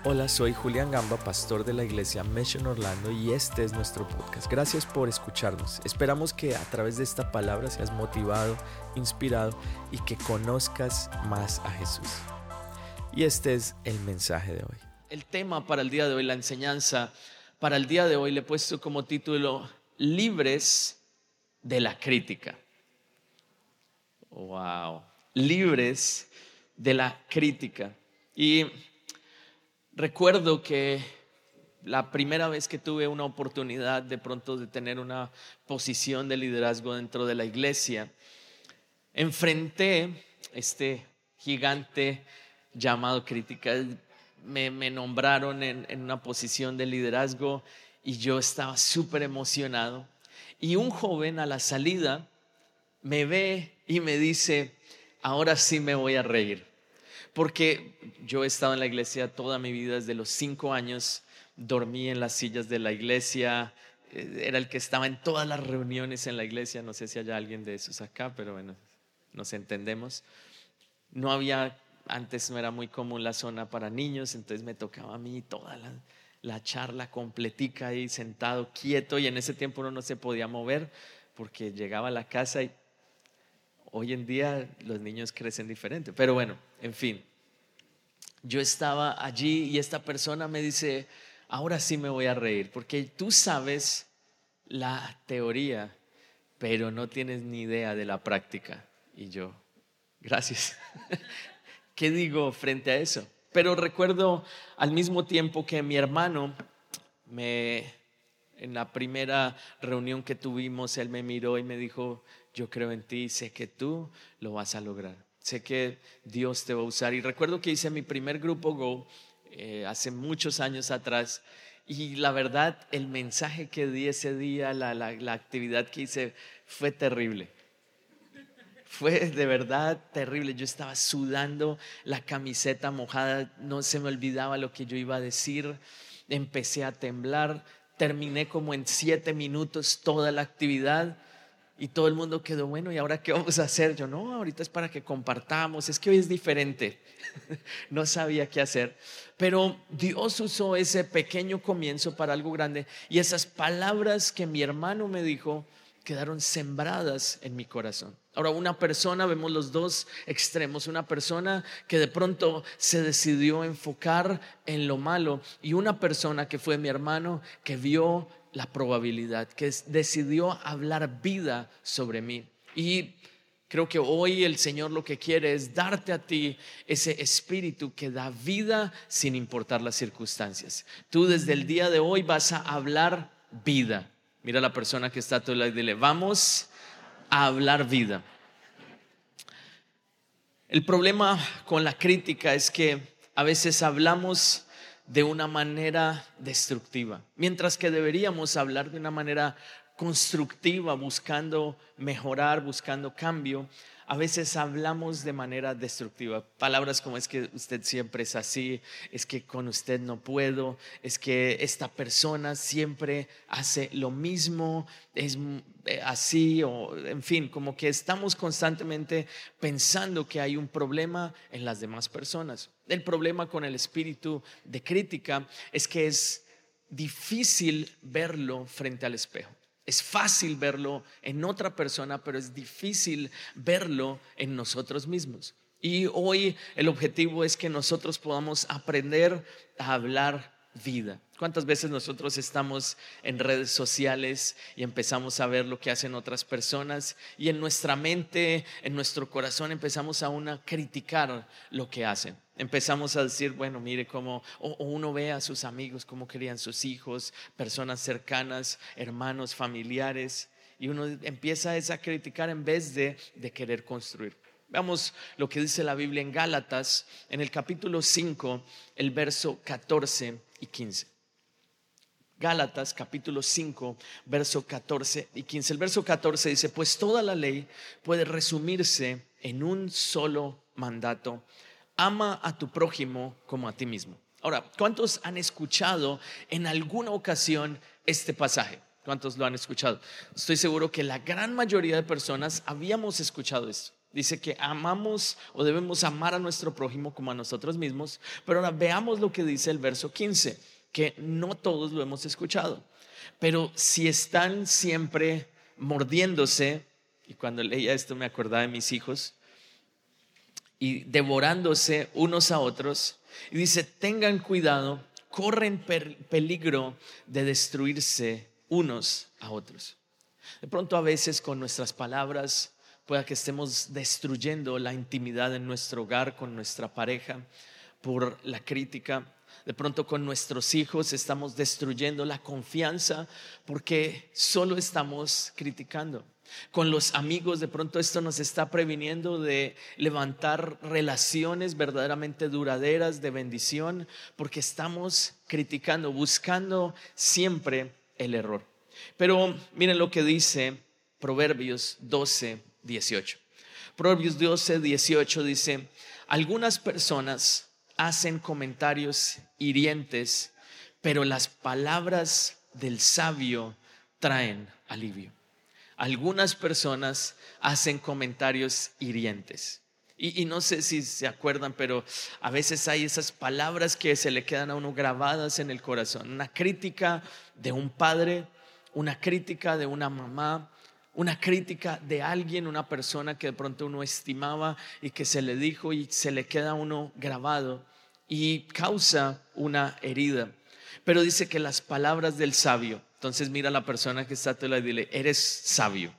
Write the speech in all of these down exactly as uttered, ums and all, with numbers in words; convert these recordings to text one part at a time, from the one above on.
Hola, soy Julián Gamba, pastor de la iglesia Mission Orlando, y este es nuestro podcast. Gracias por escucharnos. Esperamos que a través de esta palabra seas motivado, inspirado y que conozcas más a Jesús. Y este es el mensaje de hoy. El tema para el día de hoy, la enseñanza para el día de hoy, le he puesto como título: Libres de la crítica. Wow, libres de la crítica. Y recuerdo que la primera vez que tuve una oportunidad de pronto de tener una posición de liderazgo dentro de la iglesia, enfrenté este gigante llamado crítica. Me, me nombraron en, en una posición de liderazgo y yo estaba súper emocionado. Y un joven a la salida me ve y me dice: ahora sí me voy a reír. Porque yo he estado en la iglesia toda mi vida, desde los cinco años, dormí en las sillas de la iglesia, era el que estaba en todas las reuniones en la iglesia. No sé si hay alguien de esos acá, pero bueno, nos entendemos. No había, antes no era muy común la zona para niños, entonces me tocaba a mí toda la, la charla completica ahí sentado, quieto, y en ese tiempo uno no se podía mover porque llegaba a la casa y hoy en día los niños crecen diferente, pero bueno, en fin. Yo estaba allí y esta persona me dice: ahora sí me voy a reír, porque tú sabes la teoría, pero no tienes ni idea de la práctica. Y yo, gracias. ¿Qué digo frente a eso? Pero recuerdo al mismo tiempo que mi hermano me... En la primera reunión que tuvimos, él me miró y me dijo: yo creo en ti, sé que tú lo vas a lograr, sé que Dios te va a usar. Y recuerdo que hice mi primer grupo Go eh, hace muchos años atrás, y la verdad, el mensaje que di ese día, la, la, la actividad que hice fue terrible. Fue de verdad terrible. Yo estaba sudando, la camiseta mojada, no se me olvidaba lo que yo iba a decir, empecé a temblar. Terminé como en siete minutos toda la actividad y todo el mundo quedó: bueno, ¿y ahora qué vamos a hacer? Yo: no, ahorita es para que compartamos, es que hoy es diferente. No sabía qué hacer, pero Dios usó ese pequeño comienzo para algo grande, y esas palabras que mi hermano me dijo quedaron sembradas en mi corazón. Ahora, una persona, vemos los dos extremos: una persona que de pronto se decidió enfocar en lo malo, y una persona que fue mi hermano, que vio la probabilidad, que decidió hablar vida sobre mí. Y creo que hoy el Señor lo que quiere es darte a ti ese espíritu que da vida sin importar las circunstancias. Tú desde el día de hoy vas a hablar vida. Mira a la persona que está a tu lado y dile: vamos a hablar vida. El problema con la crítica es que a veces hablamos de una manera destructiva, mientras que deberíamos hablar de una manera constructiva, buscando mejorar, buscando cambio. A veces hablamos de manera destructiva. Palabras como: es que usted siempre es así, es que con usted no puedo, es que esta persona siempre hace lo mismo, es así, o en fin, como que estamos constantemente pensando que hay un problema en las demás personas. El problema con el espíritu de crítica es que es difícil verlo frente al espejo. Es fácil verlo en otra persona, pero es difícil verlo en nosotros mismos. Y hoy el objetivo es que nosotros podamos aprender a hablar vida. ¿Cuántas veces nosotros estamos en redes sociales y empezamos a ver lo que hacen otras personas, y en nuestra mente, en nuestro corazón, empezamos aún a criticar lo que hacen? Empezamos a decir: bueno, mire cómo, o, o uno ve a sus amigos, cómo crían sus hijos, personas cercanas, hermanos, familiares, y uno empieza a criticar en vez de, de querer construir. Veamos lo que dice la Biblia en Gálatas, en el capítulo cinco, el verso catorce y quince. Gálatas capítulo cinco, verso catorce y quince. El verso catorce dice: pues toda la ley puede resumirse en un solo mandato: ama a tu prójimo como a ti mismo. Ahora, ¿cuántos han escuchado en alguna ocasión este pasaje? ¿Cuántos lo han escuchado? Estoy seguro que la gran mayoría de personas habíamos escuchado esto. Dice que amamos o debemos amar a nuestro prójimo como a nosotros mismos. Pero ahora veamos lo que dice el verso quince, que no todos lo hemos escuchado. Pero si están siempre mordiéndose, y cuando leía esto me acordaba de mis hijos, y devorándose unos a otros, y dice, tengan cuidado, corren per- peligro de destruirse unos a otros. De pronto a veces con nuestras palabras pueda que estemos destruyendo la intimidad en nuestro hogar con nuestra pareja por la crítica. De pronto con nuestros hijos estamos destruyendo la confianza porque solo estamos criticando. Con los amigos de pronto esto nos está previniendo de levantar relaciones verdaderamente duraderas de bendición porque estamos criticando, buscando siempre el error. Pero miren lo que dice Proverbios doce, dieciocho. Proverbios doce, dieciocho dice, algunas personas hacen comentarios hirientes, pero las palabras del sabio traen alivio. Algunas personas hacen comentarios hirientes. Y, y no sé si se acuerdan, pero a veces hay esas palabras que se le quedan a uno grabadas en el corazón. Una crítica de un padre, una crítica de una mamá, una crítica de alguien, una persona que de pronto uno estimaba y que se le dijo y se le queda a uno grabado y causa una herida. Pero dice que las palabras del sabio, entonces mira a la persona que está a tu lado y dile, ¿eres sabio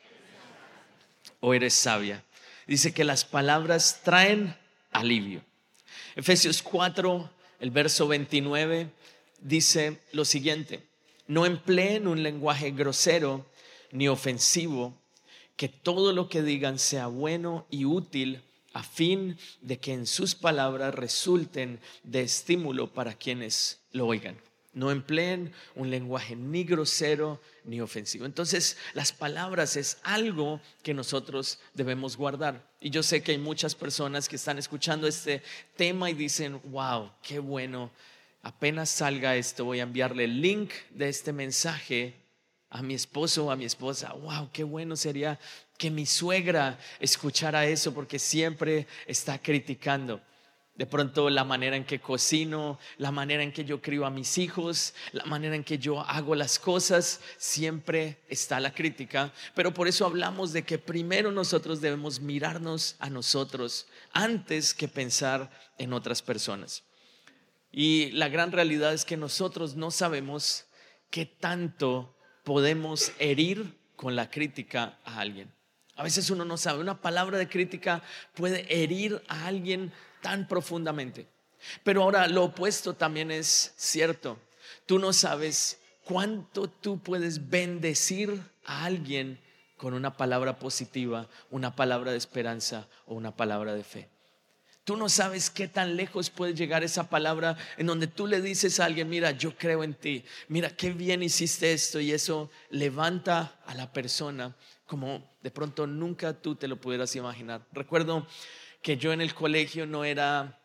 o eres sabia? Dice que las palabras traen alivio. Efesios cuatro, el verso veintinueve, dice lo siguiente, no empleen un lenguaje grosero ni ofensivo, que todo lo que digan sea bueno y útil a fin de que en sus palabras resulten de estímulo para quienes lo oigan. No empleen un lenguaje ni grosero ni ofensivo. Entonces, las palabras es algo que nosotros debemos guardar. Y yo sé que hay muchas personas que están escuchando este tema y dicen, wow, qué bueno. Apenas salga esto, voy a enviarle el link de este mensaje a mi esposo o a mi esposa. Wow, qué bueno sería que mi suegra escuchara eso porque siempre está criticando. De pronto la manera en que cocino, la manera en que yo crío a mis hijos, la manera en que yo hago las cosas, siempre está la crítica. Pero por eso hablamos de que primero nosotros debemos mirarnos a nosotros antes que pensar en otras personas. Y la gran realidad es que nosotros no sabemos qué tanto podemos herir con la crítica a alguien. A veces uno no sabe, una palabra de crítica puede herir a alguien tan profundamente. Pero ahora lo opuesto también es cierto. Tú no sabes cuánto tú puedes bendecir a alguien con una palabra positiva, una palabra de esperanza o una palabra de fe. Tú no sabes qué tan lejos puede llegar esa palabra en donde tú le dices a alguien, mira, yo creo en ti, mira, qué bien hiciste esto, y eso levanta a la persona como de pronto nunca tú te lo pudieras imaginar. Recuerdo que yo en el colegio no era,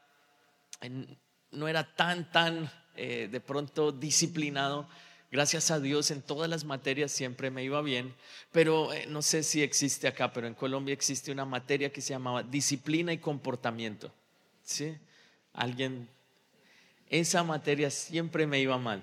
no era tan, tan eh, de pronto disciplinado. Gracias a Dios en todas las materias siempre me iba bien, pero eh, no sé si existe acá, pero en Colombia existe una materia que se llamaba disciplina y comportamiento. ¿Sí? Alguien, esa materia siempre me iba mal.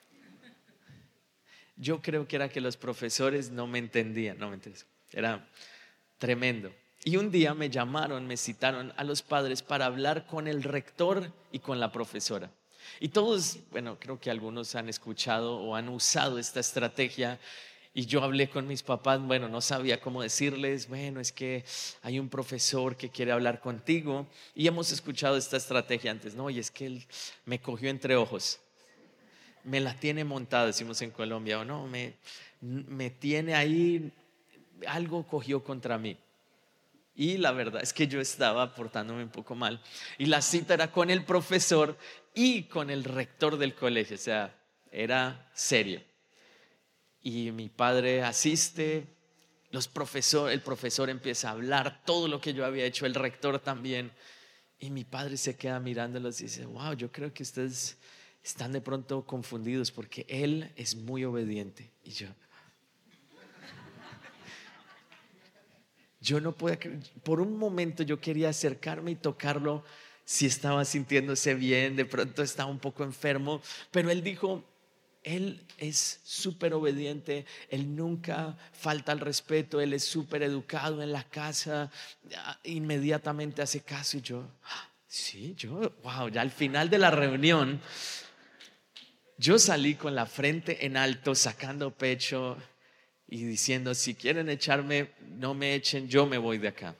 Yo creo que era que los profesores no me entendían, no me entendían. Era tremendo. Y un día me llamaron, me citaron a los padres para hablar con el rector y con la profesora. Y todos, bueno, creo que algunos han escuchado o han usado esta estrategia. Y yo hablé con mis papás, bueno, no sabía cómo decirles, bueno, es que hay un profesor que quiere hablar contigo. Y hemos escuchado esta estrategia antes, ¿no? Y es que él me cogió entre ojos. Me la tiene montada, decimos en Colombia, o no, me, me tiene ahí, algo cogió contra mí. Y la verdad es que yo estaba portándome un poco mal. Y la cita era con el profesor y con el rector del colegio, o sea, era serio. Y mi padre asiste, los profesor, el profesor empieza a hablar todo lo que yo había hecho, el rector también. Y mi padre se queda mirándolos y dice, wow, yo creo que ustedes están de pronto confundidos porque él es muy obediente. Y yo, Yo no podía, por un momento yo quería acercarme y tocarlo si estaba sintiéndose bien, de pronto estaba un poco enfermo, pero él dijo, él es súper obediente, él nunca falta al respeto, él es súper educado en la casa, inmediatamente hace caso. Y yo, sí, yo, wow, ya al final de la reunión, yo salí con la frente en alto, sacando pecho y diciendo, si quieren echarme, no me echen, yo me voy de acá.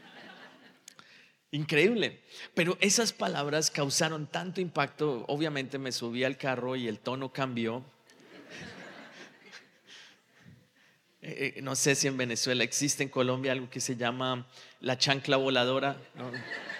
Increíble, pero esas palabras causaron tanto impacto. Obviamente me subí al carro y el tono cambió. eh, eh, no sé si en Venezuela existe, en Colombia, algo que se llama la chancla voladora, ¿no?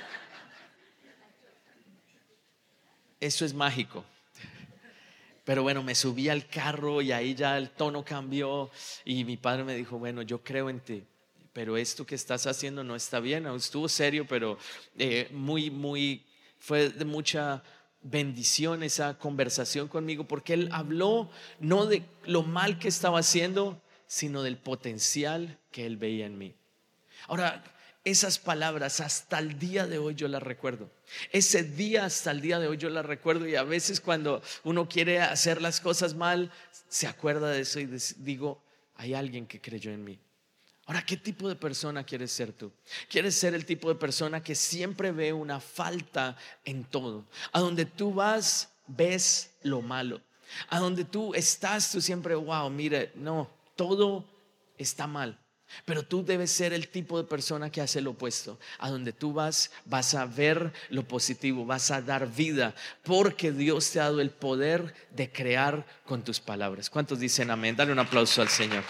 Eso es mágico. Pero bueno, me subí al carro y ahí ya el tono cambió y mi padre me dijo, bueno, yo creo en ti, pero esto que estás haciendo no está bien. Estuvo serio, pero eh, muy, muy, fue de mucha bendición esa conversación conmigo, porque él habló no de lo mal que estaba haciendo, sino del potencial que él veía en mí. Ahora, esas palabras hasta el día de hoy yo las recuerdo. Ese día hasta el día de hoy yo las recuerdo, y a veces cuando uno quiere hacer las cosas mal, se acuerda de eso y digo, hay alguien que creyó en mí. Ahora, ¿qué tipo de persona quieres ser tú? ¿Quieres ser el tipo de persona que siempre ve una falta en todo? A donde tú vas, ves lo malo. A donde tú estás, tú siempre, wow, mire, no, todo está mal. Pero tú debes ser el tipo de persona que hace lo opuesto. A donde tú vas, vas a ver lo positivo, vas a dar vida, porque Dios te ha dado el poder de crear con tus palabras. ¿Cuántos dicen amén? Dale un aplauso al Señor.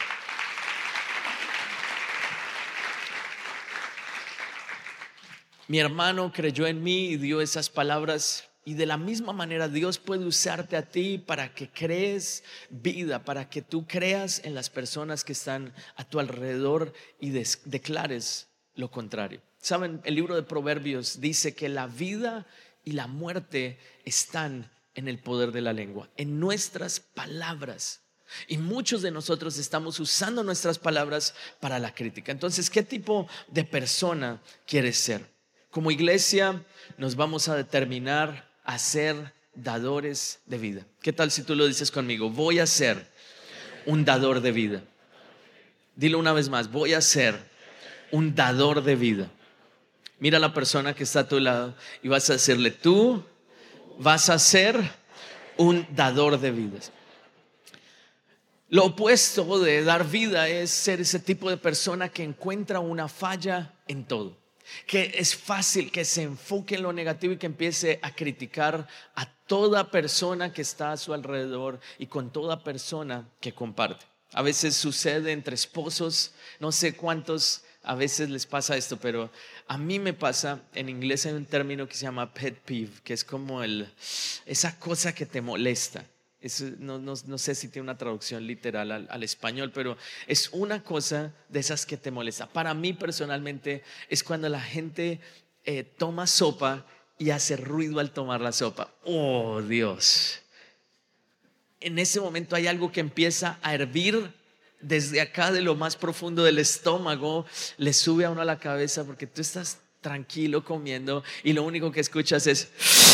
Mi hermano creyó en mí y dio esas palabras. Y de la misma manera Dios puede usarte a ti para que crees vida, para que tú creas en las personas que están a tu alrededor y des- declares lo contrario. Saben, el libro de Proverbios dice que la vida y la muerte están en el poder de la lengua, en nuestras palabras. Y muchos de nosotros estamos usando nuestras palabras para la crítica. Entonces, ¿qué tipo de persona quieres ser? Como iglesia nos vamos a determinar a ser dadores de vida. ¿Qué tal si tú lo dices conmigo? Voy a ser un dador de vida. Dilo una vez más, voy a ser un dador de vida. Mira a la persona que está a tu lado y vas a decirle, tú vas a ser un dador de vidas. Lo opuesto de dar vida es ser ese tipo de persona que encuentra una falla en todo, que es fácil que se enfoque en lo negativo y que empiece a criticar a toda persona que está a su alrededor y con toda persona que comparte. A veces sucede entre esposos, no sé cuántos a veces les pasa esto, pero a mí me pasa. En inglés hay un término que se llama pet peeve, que es como el, esa cosa que te molesta. Es, no, no, no sé si tiene una traducción literal al, al español, pero es una cosa de esas que te molesta. Para mí personalmente es cuando la gente eh, toma sopa y hace ruido al tomar la sopa. Oh, Dios. En ese momento hay algo que empieza a hervir desde acá, de lo más profundo del estómago, le sube a uno a la cabeza, porque tú estás tranquilo comiendo y lo único que escuchas es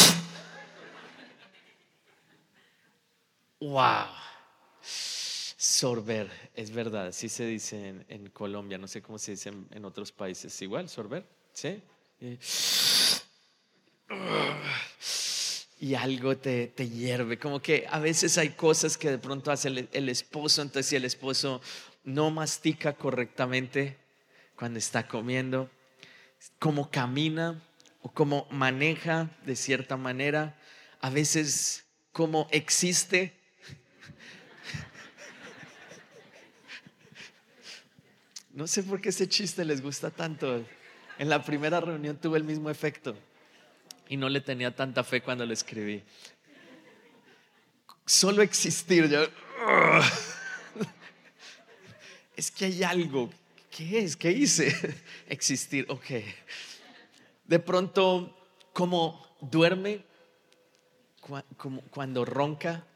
wow. Sorber, es verdad, así se dice en, en Colombia, no sé cómo se dice en, en otros países. Igual, sorber, ¿sí? Y, y algo te, te hierve, como que a veces hay cosas que de pronto hace el, el esposo. Entonces, si el esposo no mastica correctamente cuando está comiendo, cómo camina o cómo maneja de cierta manera, a veces cómo existe. No sé por qué ese chiste les gusta tanto. En la primera reunión tuve el mismo efecto y no le tenía tanta fe cuando lo escribí. Solo existir, yo, es que hay algo. ¿Qué es? ¿Qué hice? Existir, ok. De pronto, como duerme, como cuando ronca.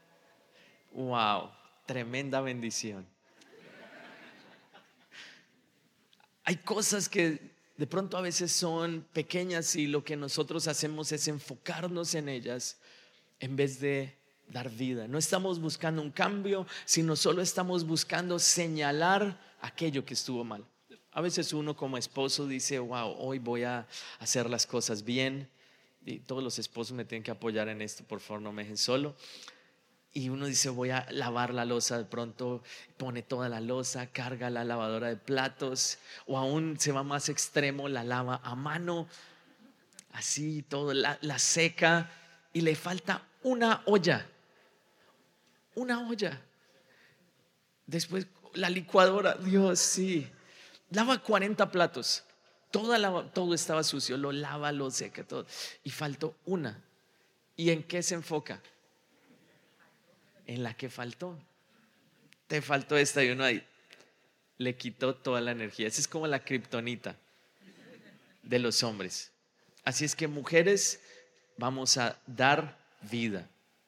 Wow, tremenda bendición. Hay cosas que de pronto a veces son pequeñas y lo que nosotros hacemos es enfocarnos en ellas en vez de dar vida. No estamos buscando un cambio, sino solo estamos buscando señalar aquello que estuvo mal. A veces uno como esposo dice, wow, hoy voy a hacer las cosas bien. Y todos los esposos me tienen que apoyar en esto, por favor, no me dejen solo. Y uno dice, voy a lavar la loza, de pronto pone toda la loza, carga la lavadora de platos, o aún se va más extremo, la lava a mano, así todo, la, la seca, y le falta una olla, una olla. Después la licuadora, Dios, sí, lava cuarenta platos, toda la, todo estaba sucio, lo lava, lo seca, todo, y faltó una. ¿Y en qué se enfoca? En la que faltó. Te faltó esta y uno ahí le quitó toda la energía. Esa es como la kriptonita de los hombres. Así es que mujeres, vamos a dar vida.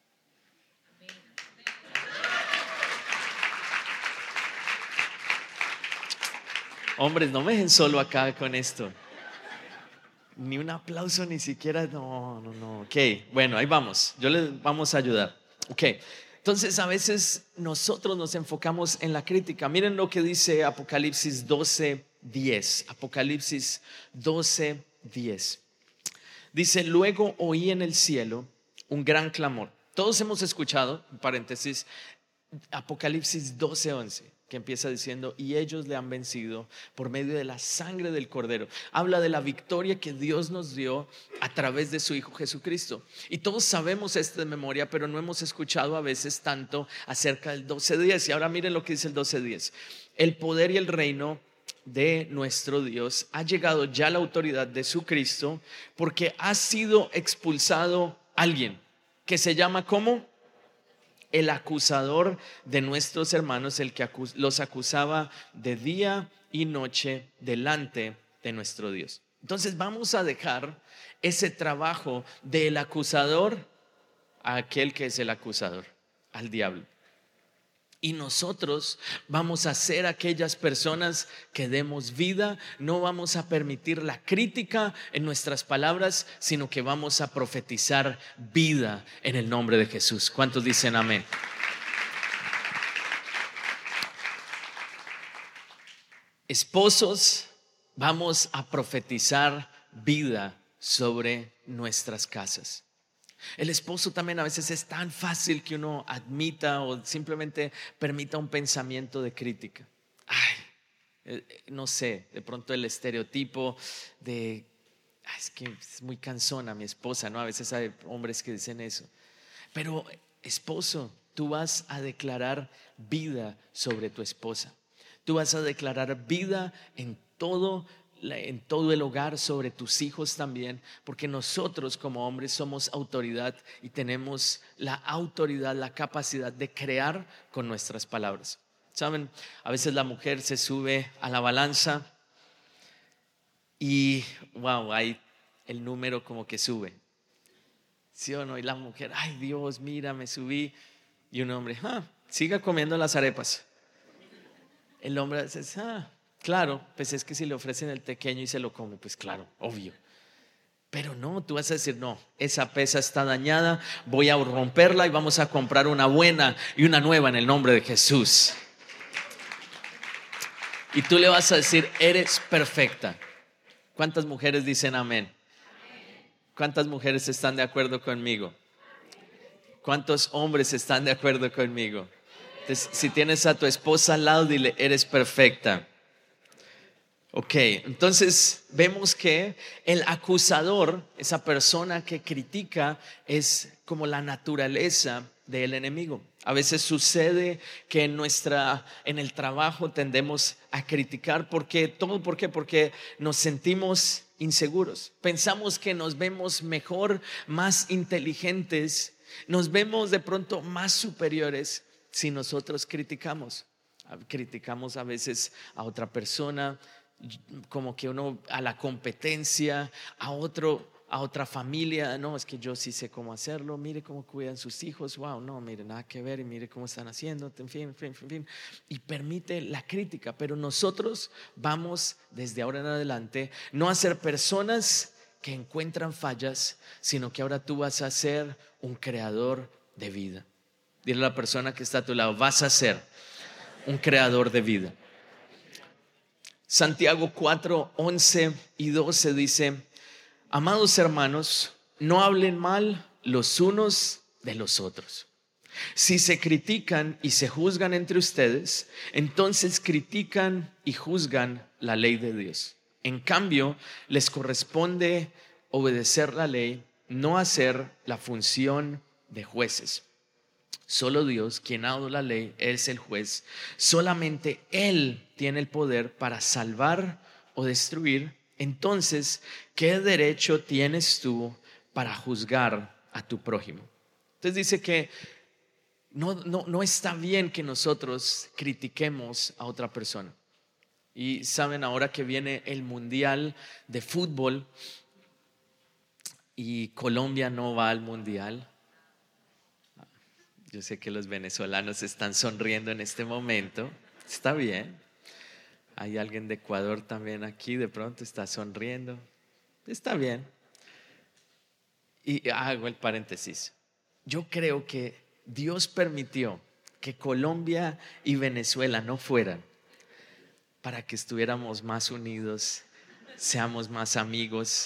Hombres, no me dejen solo acá con esto. Ni un aplauso, ni siquiera. No, no, no. Ok, bueno, ahí vamos. Yo les vamos a ayudar. Ok. Entonces a veces nosotros nos enfocamos en la crítica. Miren lo que dice Apocalipsis doce diez. Apocalipsis doce diez. Dice, luego oí en el cielo un gran clamor. Todos hemos escuchado, en paréntesis, Apocalipsis doce once, que empieza diciendo, y ellos le han vencido por medio de la sangre del Cordero. Habla de la victoria que Dios nos dio a través de su Hijo Jesucristo. Y todos sabemos esto de memoria, pero no hemos escuchado a veces tanto acerca del doce diez. Y ahora miren lo que dice el doce diez. El poder y el reino de nuestro Dios ha llegado ya a la autoridad de su Cristo, porque ha sido expulsado alguien que se llama ¿cómo? El acusador de nuestros hermanos, el que acus- los acusaba de día y noche delante de nuestro Dios. Entonces vamos a dejar ese trabajo del acusador a aquel que es el acusador, al diablo. Y nosotros vamos a ser aquellas personas que demos vida. No vamos a permitir la crítica en nuestras palabras, sino que vamos a profetizar vida en el nombre de Jesús. ¿Cuántos dicen amén? Esposos, vamos a profetizar vida sobre nuestras casas. El esposo también a veces es tan fácil que uno admita o simplemente permita un pensamiento de crítica. Ay, eh, no sé, de pronto el estereotipo de, ay, es que es muy cansona mi esposa, ¿no? A veces hay hombres que dicen eso. Pero esposo, tú vas a declarar vida sobre tu esposa. Tú vas a declarar vida en todo en todo el hogar, sobre tus hijos también, porque nosotros como hombres somos autoridad y tenemos la autoridad, la capacidad de crear con nuestras palabras. Saben, a veces la mujer se sube a la balanza y wow, ahí el número como que sube, ¿sí o no? Y la mujer, ay Dios, mira, me subí. Y un hombre, ah, siga comiendo las arepas. El hombre dice, ah, claro, pues es que si le ofrecen el pequeño y se lo come, pues claro, obvio. Pero no, tú vas a decir, no, esa pesa está dañada, voy a romperla y vamos a comprar una buena y una nueva en el nombre de Jesús. Y tú le vas a decir, eres perfecta. ¿Cuántas mujeres dicen amén? ¿Cuántas mujeres están de acuerdo conmigo? ¿Cuántos hombres están de acuerdo conmigo? Entonces, si tienes a tu esposa al lado, dile, eres perfecta. Ok, entonces vemos que el acusador, esa persona que critica, es como la naturaleza del enemigo. A veces sucede que en nuestra, en el trabajo tendemos a criticar porque todo, ¿por qué? Porque nos sentimos inseguros. Pensamos que nos vemos mejor, más inteligentes, nos vemos de pronto más superiores si nosotros criticamos. Criticamos a veces a otra persona, como que uno a la competencia, a otro, a otra familia, no, es que yo sí sé cómo hacerlo, mire cómo cuidan sus hijos, wow, no, mire, nada que ver, y mire cómo están haciendo, en fin, en fin, en fin, y permite la crítica. Pero nosotros vamos desde ahora en adelante no a ser personas que encuentran fallas, sino que ahora tú vas a ser un creador de vida. Dile a la persona que está a tu lado, vas a ser un creador de vida. Santiago cuatro, once y doce dice: amados hermanos, no hablen mal los unos de los otros. Si se critican y se juzgan entre ustedes, entonces critican y juzgan la ley de Dios. En cambio, les corresponde obedecer la ley, no hacer la función de jueces. Solo Dios, quien ha dado la ley, es el juez. Solamente Él tiene el poder para salvar o destruir. Entonces, ¿qué derecho tienes tú para juzgar a tu prójimo? Entonces dice que no, no, no está bien que nosotros critiquemos a otra persona. Y saben, ahora que viene el Mundial de Fútbol y Colombia no va al Mundial. Yo sé que los venezolanos están sonriendo en este momento. Está bien. Hay alguien de Ecuador también aquí, de pronto está sonriendo. Está bien. Y hago el paréntesis. Yo creo que Dios permitió que Colombia y Venezuela no fueran para que estuviéramos más unidos, seamos más amigos.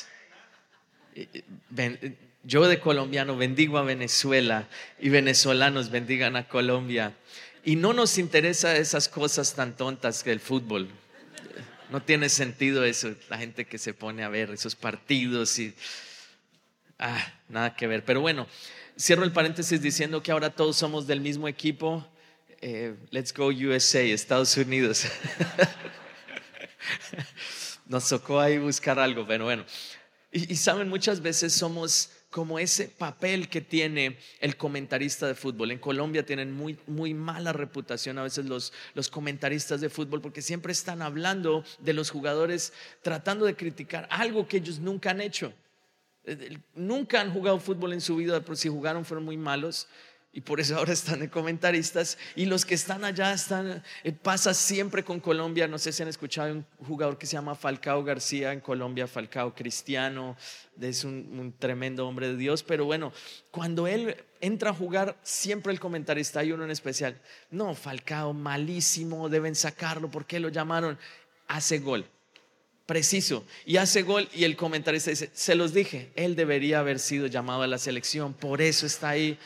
Yo de colombiano bendigo a Venezuela y venezolanos bendigan a Colombia. Y no nos interesa esas cosas tan tontas que el fútbol. No tiene sentido eso, la gente que se pone a ver esos partidos y ah, nada que ver. Pero bueno, cierro el paréntesis diciendo que ahora todos somos del mismo equipo. Eh, let's go U S A, Estados Unidos. Nos tocó ahí buscar algo, pero bueno. Y, y saben, muchas veces somos como ese papel que tiene el comentarista de fútbol. En Colombia tienen muy, muy mala reputación a veces los, los comentaristas de fútbol, porque siempre están hablando de los jugadores, tratando de criticar algo que ellos nunca han hecho. Nunca han jugado fútbol en su vida, pero si jugaron fueron muy malos. Y por eso ahora están de comentaristas. Y los que están allá están, eh, pasa siempre con Colombia. No sé si han escuchado un jugador que se llama Falcao García en Colombia. Falcao, cristiano, es un, un tremendo hombre de Dios. Pero bueno, cuando él entra a jugar, siempre el comentarista, hay uno en especial: no, Falcao malísimo, deben sacarlo, ¿por qué lo llamaron? Hace gol, preciso, y hace gol, y el comentarista dice: se los dije, él debería haber sido llamado a la selección, por eso está ahí.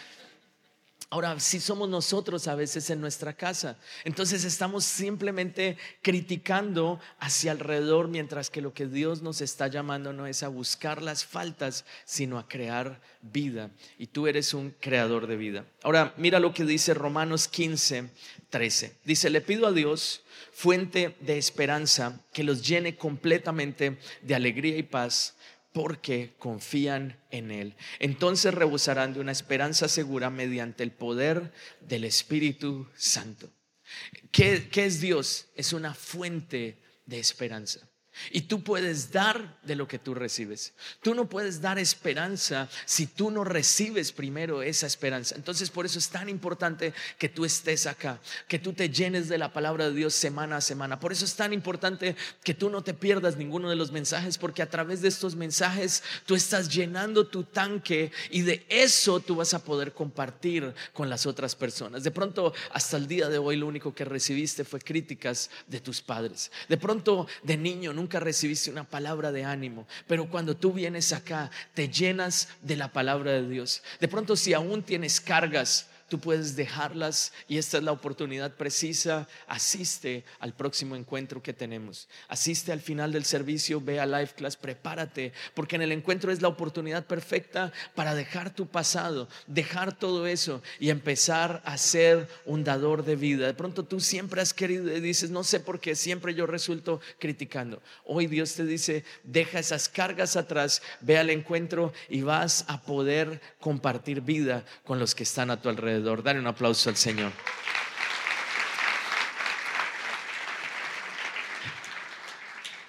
Ahora, si somos nosotros a veces en nuestra casa, entonces estamos simplemente criticando hacia alrededor, mientras que lo que Dios nos está llamando no es a buscar las faltas, sino a crear vida. Y tú eres un creador de vida. Ahora, mira lo que dice Romanos quince, trece. Dice: le pido a Dios, fuente de esperanza, que los llene completamente de alegría y paz, porque confían en Él. Entonces rebosarán de una esperanza segura mediante el poder del Espíritu Santo. ¿Qué, qué es Dios? Es una fuente de esperanza. Y tú puedes dar de lo que tú recibes. Tú no puedes dar esperanza si tú no recibes primero esa esperanza. Entonces, por eso es tan importante que tú estés acá, que tú te llenes de la palabra de Dios semana a semana. Por eso es tan importante que tú no te pierdas ninguno de los mensajes, porque a través de estos mensajes tú estás llenando tu tanque, y de eso tú vas a poder compartir con las otras personas. De pronto, hasta el día de hoy, lo único que recibiste fue críticas de tus padres. De pronto, de niño nunca recibiste una palabra de ánimo, pero cuando tú vienes acá te llenas de la palabra de Dios. De pronto, si aún tienes cargas, tú puedes dejarlas, y esta es la oportunidad precisa. Asiste al próximo encuentro que tenemos. Asiste al final del servicio, ve a Life Class, prepárate, porque en el encuentro es la oportunidad perfecta para dejar tu pasado, dejar todo eso y empezar a ser un dador de vida. De pronto tú siempre has querido y dices: no sé por qué siempre yo resulto criticando. Hoy Dios te dice: deja esas cargas atrás, ve al encuentro y vas a poder compartir vida con los que están a tu alrededor. Dale un aplauso al Señor.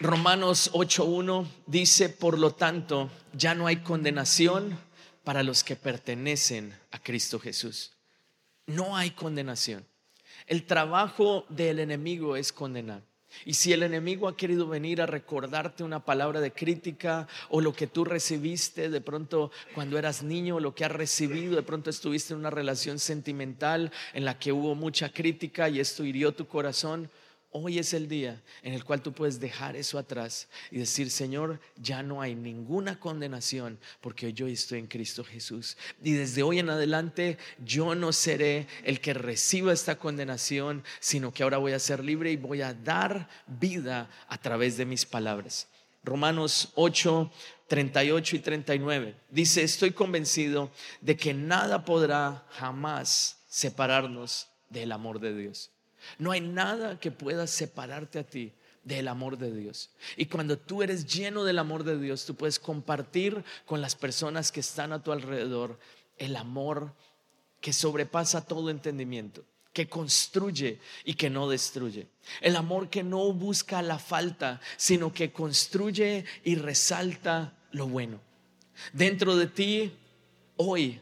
Romanos ocho uno dice: por lo tanto, ya no hay condenación para los que pertenecen a Cristo Jesús. No hay condenación. El trabajo del enemigo es condenar. Y si el enemigo ha querido venir a recordarte una palabra de crítica, o lo que tú recibiste de pronto cuando eras niño, lo que has recibido, de pronto estuviste en una relación sentimental en la que hubo mucha crítica y esto hirió tu corazón, hoy es el día en el cual tú puedes dejar eso atrás y decir: Señor, ya no hay ninguna condenación porque yo estoy en Cristo Jesús. Y desde hoy en adelante yo no seré el que reciba esta condenación, sino que ahora voy a ser libre y voy a dar vida a través de mis palabras. Romanos ocho, treinta y ocho y treinta y nueve dice: estoy convencido de que nada podrá jamás separarnos del amor de Dios. No hay nada que pueda separarte a ti del amor de Dios. Y cuando tú eres lleno del amor de Dios, tú puedes compartir con las personas que están a tu alrededor el amor que sobrepasa todo entendimiento, que construye y que no destruye. El amor que no busca la falta, sino que construye y resalta lo bueno. Dentro de ti hoy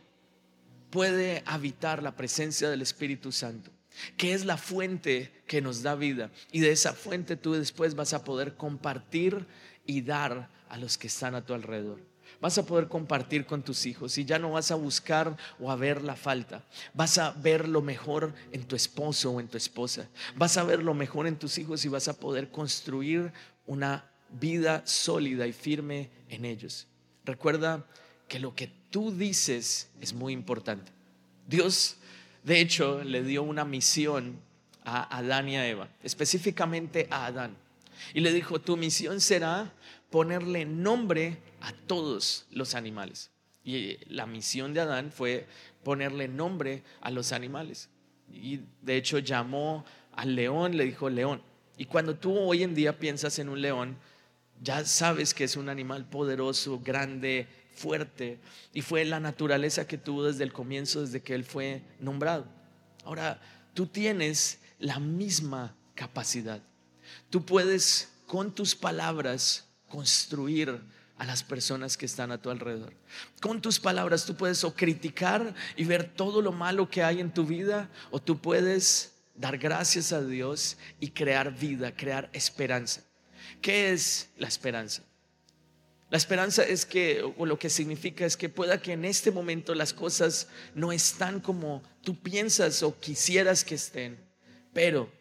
puede habitar la presencia del Espíritu Santo, que es la fuente que nos da vida, y de esa fuente tú después vas a poder compartir y dar a los que están a tu alrededor. Vas a poder compartir con tus hijos y ya no vas a buscar o a ver la falta. Vas a ver lo mejor en tu esposo o en tu esposa. Vas a ver lo mejor en tus hijos y vas a poder construir una vida sólida y firme en ellos. Recuerda que lo que tú dices es muy importante. Dios, de hecho, le dio una misión a Adán y a Eva, específicamente a Adán, y le dijo: tu misión será ponerle nombre a todos los animales. Y la misión de Adán fue ponerle nombre a los animales. Y de hecho llamó al león, le dijo león. Y cuando tú hoy en día piensas en un león, ya sabes que es un animal poderoso, grande, fuerte, y fue la naturaleza que tuvo desde el comienzo, desde que él fue nombrado. Ahora, tú tienes la misma capacidad. Tú puedes con tus palabras construir a las personas que están a tu alrededor. Con tus palabras tú puedes o criticar y ver todo lo malo que hay en tu vida, o tú puedes dar gracias a Dios y crear vida, crear esperanza. ¿Qué es la esperanza? La esperanza es que, o lo que significa es que pueda que en este momento las cosas no están como tú piensas o quisieras que estén, pero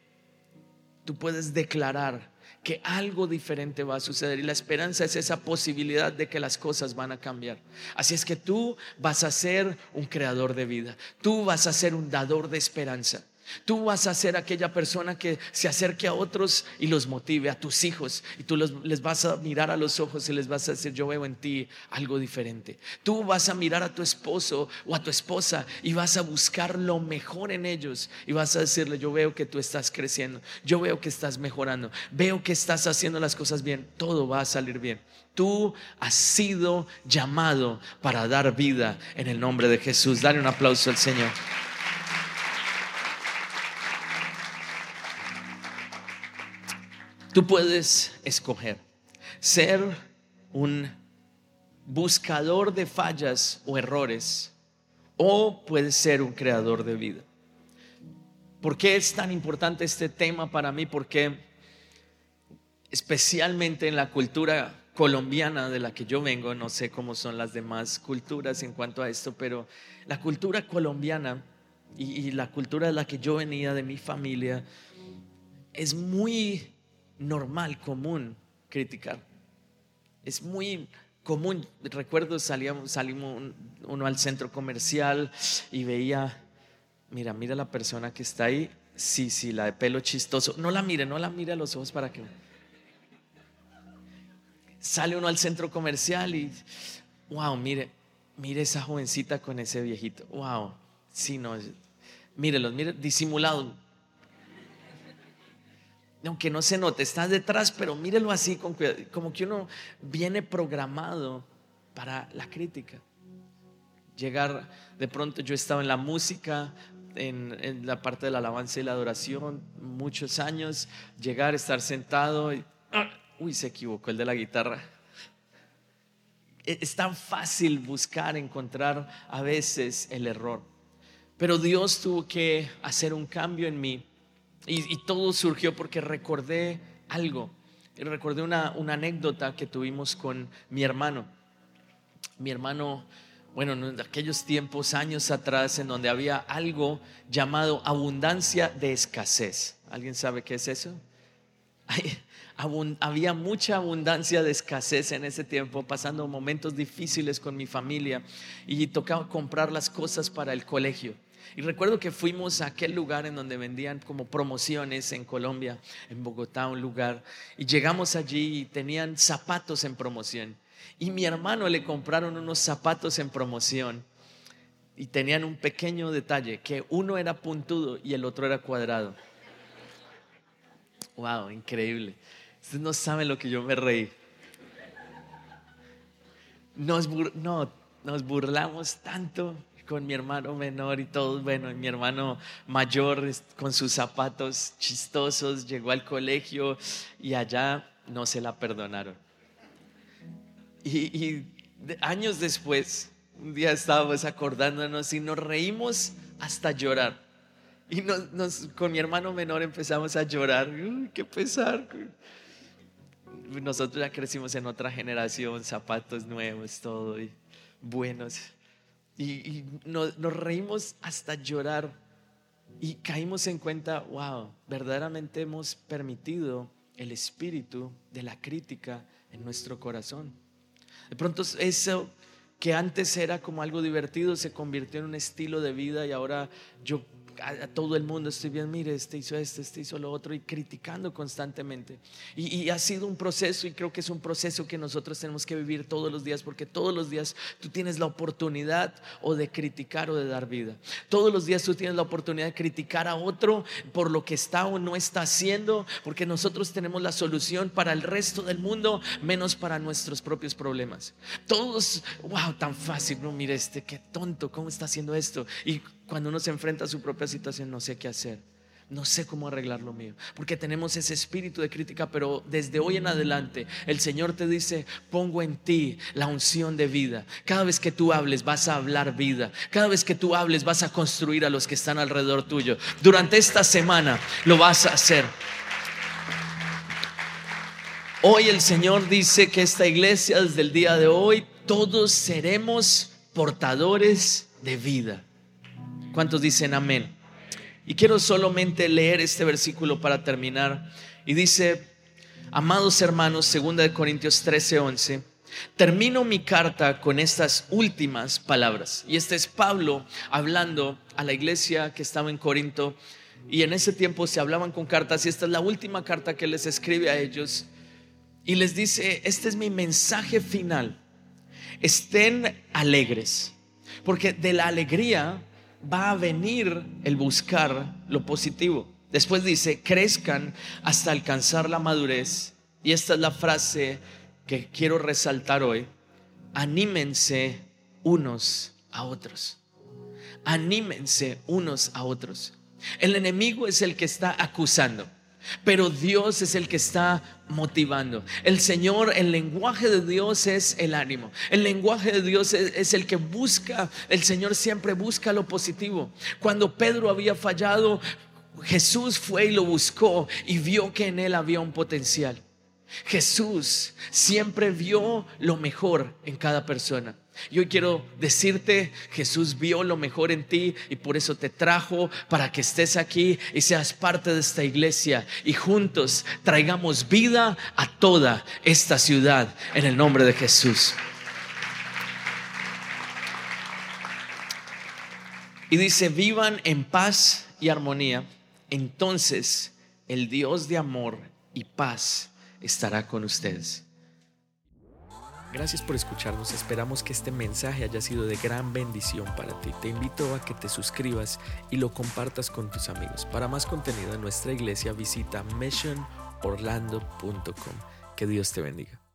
tú puedes declarar que algo diferente va a suceder, y la esperanza es esa posibilidad de que las cosas van a cambiar. Así es que tú vas a ser un creador de vida, tú vas a ser un dador de esperanza. Tú vas a ser aquella persona que se acerque a otros y los motive, a tus hijos, y tú los, les vas a mirar a los ojos y les vas a decir: yo veo en ti algo diferente. Tú vas a mirar a tu esposo o a tu esposa y vas a buscar lo mejor en ellos y vas a decirle: yo veo que tú estás creciendo, yo veo que estás mejorando, veo que estás haciendo las cosas bien, todo va a salir bien. Tú has sido llamado para dar vida en el nombre de Jesús. Dale un aplauso al Señor. Tú puedes escoger ser un buscador de fallas o errores, o puedes ser un creador de vida. ¿Por qué es tan importante este tema para mí? Porque especialmente en la cultura colombiana de la que yo vengo, no sé cómo son las demás culturas en cuanto a esto, pero la cultura colombiana y, y la cultura de la que yo venía, de mi familia, es muy normal, común criticar. Es muy común. Recuerdo salíamos, salimos uno al centro comercial y veía: mira, mira la persona que está ahí. Sí, sí, la de pelo chistoso. No la mire, no la mire a los ojos para que. Sale uno al centro comercial y wow, mire, mire esa jovencita con ese viejito. Wow, sí, no, mírelos, mire, disimulado. Aunque no se note, está detrás, pero mírelo así con cuidado. Como que uno viene programado para la crítica. Llegar, de pronto yo estaba en la música, en, en la parte de la alabanza y la adoración muchos años. Llegar, estar sentado y, Uy, se equivocó el de la guitarra. Es tan fácil buscar, encontrar a veces el error, pero Dios tuvo que hacer un cambio en mí y, y todo surgió porque recordé algo. Recordé una, una anécdota que tuvimos con mi hermano. Mi hermano, bueno, en aquellos tiempos, años atrás, en donde había algo llamado abundancia de escasez. ¿Alguien sabe qué es eso? Hay, había mucha abundancia de escasez en ese tiempo, pasando momentos difíciles con mi familia y tocaba comprar las cosas para el colegio. Y recuerdo que fuimos a aquel lugar en donde vendían como promociones en Colombia, en Bogotá, un lugar, y llegamos allí y tenían zapatos en promoción. Y mi hermano le compraron unos zapatos en promoción y tenían un pequeño detalle, que uno era puntudo y el otro era cuadrado. Wow, increíble. Ustedes no saben lo que yo me reí. Nos, bur- no, nos burlamos tanto con mi hermano menor y todos. Bueno, mi hermano mayor con sus zapatos chistosos llegó al colegio y allá no se la perdonaron. Y, y de, años después, un día estábamos acordándonos y nos reímos hasta llorar. Y nos, nos, con mi hermano menor empezamos a llorar. Uy, qué pesar. Nosotros ya crecimos en otra generación, zapatos nuevos, todo y buenos. Y, y nos, nos reímos hasta llorar. Y caímos en cuenta, wow, verdaderamente hemos permitido el espíritu de la crítica en nuestro corazón. De pronto eso que antes era como algo divertido se convirtió en un estilo de vida y ahora yo a, a todo el mundo estoy viendo, mire, este hizo esto, este hizo lo otro, y criticando constantemente. Y, y ha sido un proceso, y creo que es un proceso que nosotros tenemos que vivir todos los días, porque todos los días tú tienes la oportunidad o de criticar o de dar vida. Todos los días tú tienes la oportunidad de criticar a otro por lo que está o no está haciendo, porque nosotros tenemos la solución para el resto del mundo, menos para nuestros propios problemas. Todos, wow, tan fácil, no, mire este, qué tonto, cómo está haciendo esto. Y cuando uno se enfrenta a su propia situación, no sé qué hacer, no sé cómo arreglar lo mío, porque tenemos ese espíritu de crítica. Pero desde hoy en adelante el Señor te dice, pongo en ti la unción de vida. Cada vez que tú hables vas a hablar vida. Cada vez que tú hables vas a construir a los que están alrededor tuyo. Durante esta semana lo vas a hacer. Hoy el Señor dice que esta iglesia, desde el día de hoy, todos seremos portadores de vida. ¿Cuántos dicen amén? Y quiero solamente leer este versículo para terminar. Y dice, amados hermanos, segunda de Corintios trece, once, termino mi carta con estas últimas palabras. Y este es Pablo hablando a la iglesia que estaba en Corinto. Y en ese tiempo se hablaban con cartas, y esta es la última carta que les escribe a ellos. Y les dice, este es mi mensaje final. Estén alegres, porque de la alegría va a venir el buscar lo positivo. Después dice, crezcan hasta alcanzar la madurez. Y esta es la frase que quiero resaltar hoy. Anímense unos a otros. Anímense unos a otros. El enemigo es el que está acusando, pero Dios es el que está motivando. El Señor, el lenguaje de Dios es el ánimo. El lenguaje de Dios es, es el que busca. El Señor siempre busca lo positivo. Cuando Pedro había fallado, Jesús fue y lo buscó y vio que en él había un potencial. Jesús siempre vio lo mejor en cada persona. Y hoy quiero decirte, Jesús vio lo mejor en ti y por eso te trajo para que estés aquí y seas parte de esta iglesia y juntos traigamos vida a toda esta ciudad en el nombre de Jesús. Y dice, vivan en paz y armonía, entonces el Dios de amor y paz estará con ustedes. Gracias por escucharnos, esperamos que este mensaje haya sido de gran bendición para ti. Te invito a que te suscribas y lo compartas con tus amigos. Para más contenido en nuestra iglesia visita mission orlando punto com. Que Dios te bendiga.